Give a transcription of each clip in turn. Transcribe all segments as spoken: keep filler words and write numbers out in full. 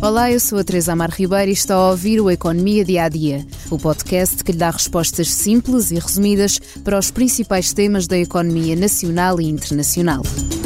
Olá, eu sou a Teresa Amar Ribeiro e está a ouvir o Economia Dia a Dia, o podcast que lhe dá respostas simples e resumidas para os principais temas da economia nacional e internacional.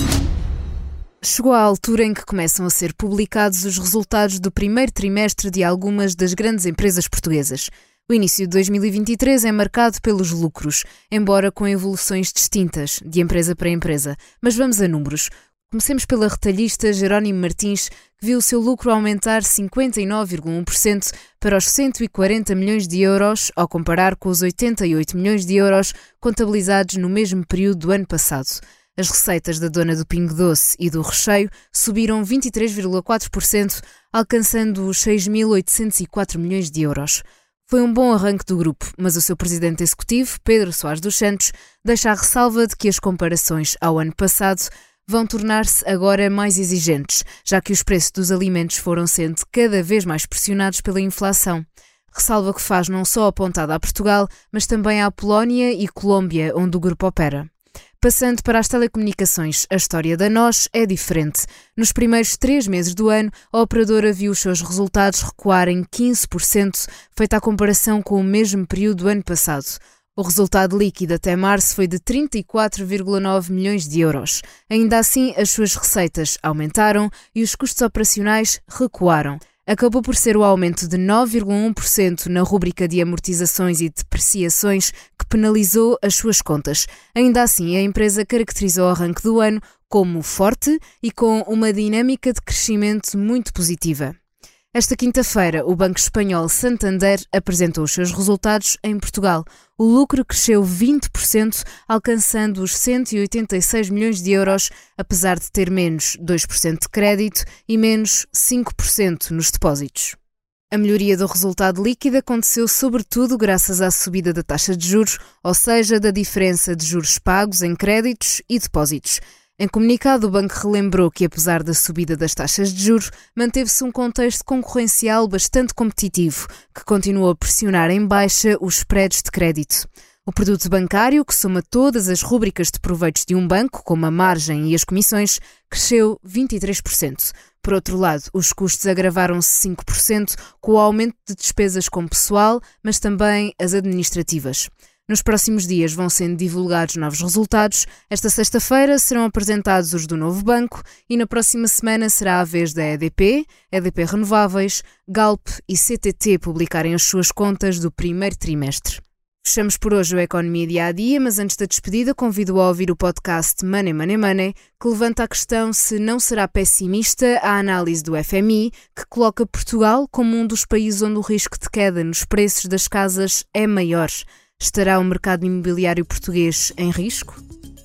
Chegou a altura em que começam a ser publicados os resultados do primeiro trimestre de algumas das grandes empresas portuguesas. O início de dois mil e vinte e três é marcado pelos lucros, embora com evoluções distintas, de empresa para empresa. Mas vamos a números. Comecemos pela retalhista Jerónimo Martins, que viu o seu lucro aumentar cinquenta e nove vírgula um por cento para os cento e quarenta milhões de euros, ao comparar com os oitenta e oito milhões de euros contabilizados no mesmo período do ano passado. As receitas da dona do Pingo Doce e do Recheio subiram vinte e três vírgula quatro por cento, alcançando os seis mil oitocentos e quatro milhões de euros. Foi um bom arranque do grupo, mas o seu presidente executivo, Pedro Soares dos Santos, deixa a ressalva de que as comparações ao ano passado vão tornar-se agora mais exigentes, já que os preços dos alimentos foram sendo cada vez mais pressionados pela inflação. Ressalva que faz não só apontada a Portugal, mas também à Polónia e Colômbia, onde o grupo opera. Passando para as telecomunicações, a história da NOS é diferente. Nos primeiros três meses do ano, a operadora viu os seus resultados recuarem quinze por cento, feita a comparação com o mesmo período do ano passado. O resultado líquido até março foi de trinta e quatro vírgula nove milhões de euros. Ainda assim, as suas receitas aumentaram e os custos operacionais recuaram. Acabou por ser o aumento de nove vírgula um por cento na rúbrica de amortizações e depreciações que penalizou as suas contas. Ainda assim, a empresa caracterizou o arranque do ano como forte e com uma dinâmica de crescimento muito positiva. Esta quinta-feira, o Banco Espanhol Santander apresentou os seus resultados em Portugal. O lucro cresceu vinte por cento, alcançando os cento e oitenta e seis milhões de euros, apesar de ter menos dois por cento de crédito e menos cinco por cento nos depósitos. A melhoria do resultado líquido aconteceu sobretudo graças à subida da taxa de juros, ou seja, da diferença de juros pagos em créditos e depósitos. Em comunicado, o banco relembrou que, apesar da subida das taxas de juros, manteve-se um contexto concorrencial bastante competitivo, que continuou a pressionar em baixa os spreads de crédito. O produto bancário, que soma todas as rúbricas de proveitos de um banco, como a margem e as comissões, cresceu vinte e três por cento. Por outro lado, os custos agravaram-se cinco por cento com o aumento de despesas com pessoal, mas também as administrativas. Nos próximos dias vão sendo divulgados novos resultados. Esta sexta-feira serão apresentados os do novo banco e na próxima semana será a vez da E D P, E D P Renováveis, Galp e C T T publicarem as suas contas do primeiro trimestre. Fechamos por hoje o Economia Dia a Dia, mas antes da despedida convido a ouvir o podcast Money Money Money, que levanta a questão se não será pessimista a análise do F M I, que coloca Portugal como um dos países onde o risco de queda nos preços das casas é maior. Estará o mercado imobiliário português em risco?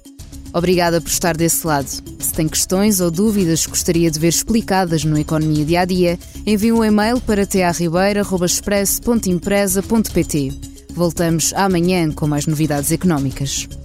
Obrigada por estar desse lado. Se tem questões ou dúvidas que gostaria de ver explicadas no Economia Dia a Dia, envie um e-mail para t a ribeiro arroba expresso ponto empresa ponto p t. Voltamos amanhã com mais novidades económicas.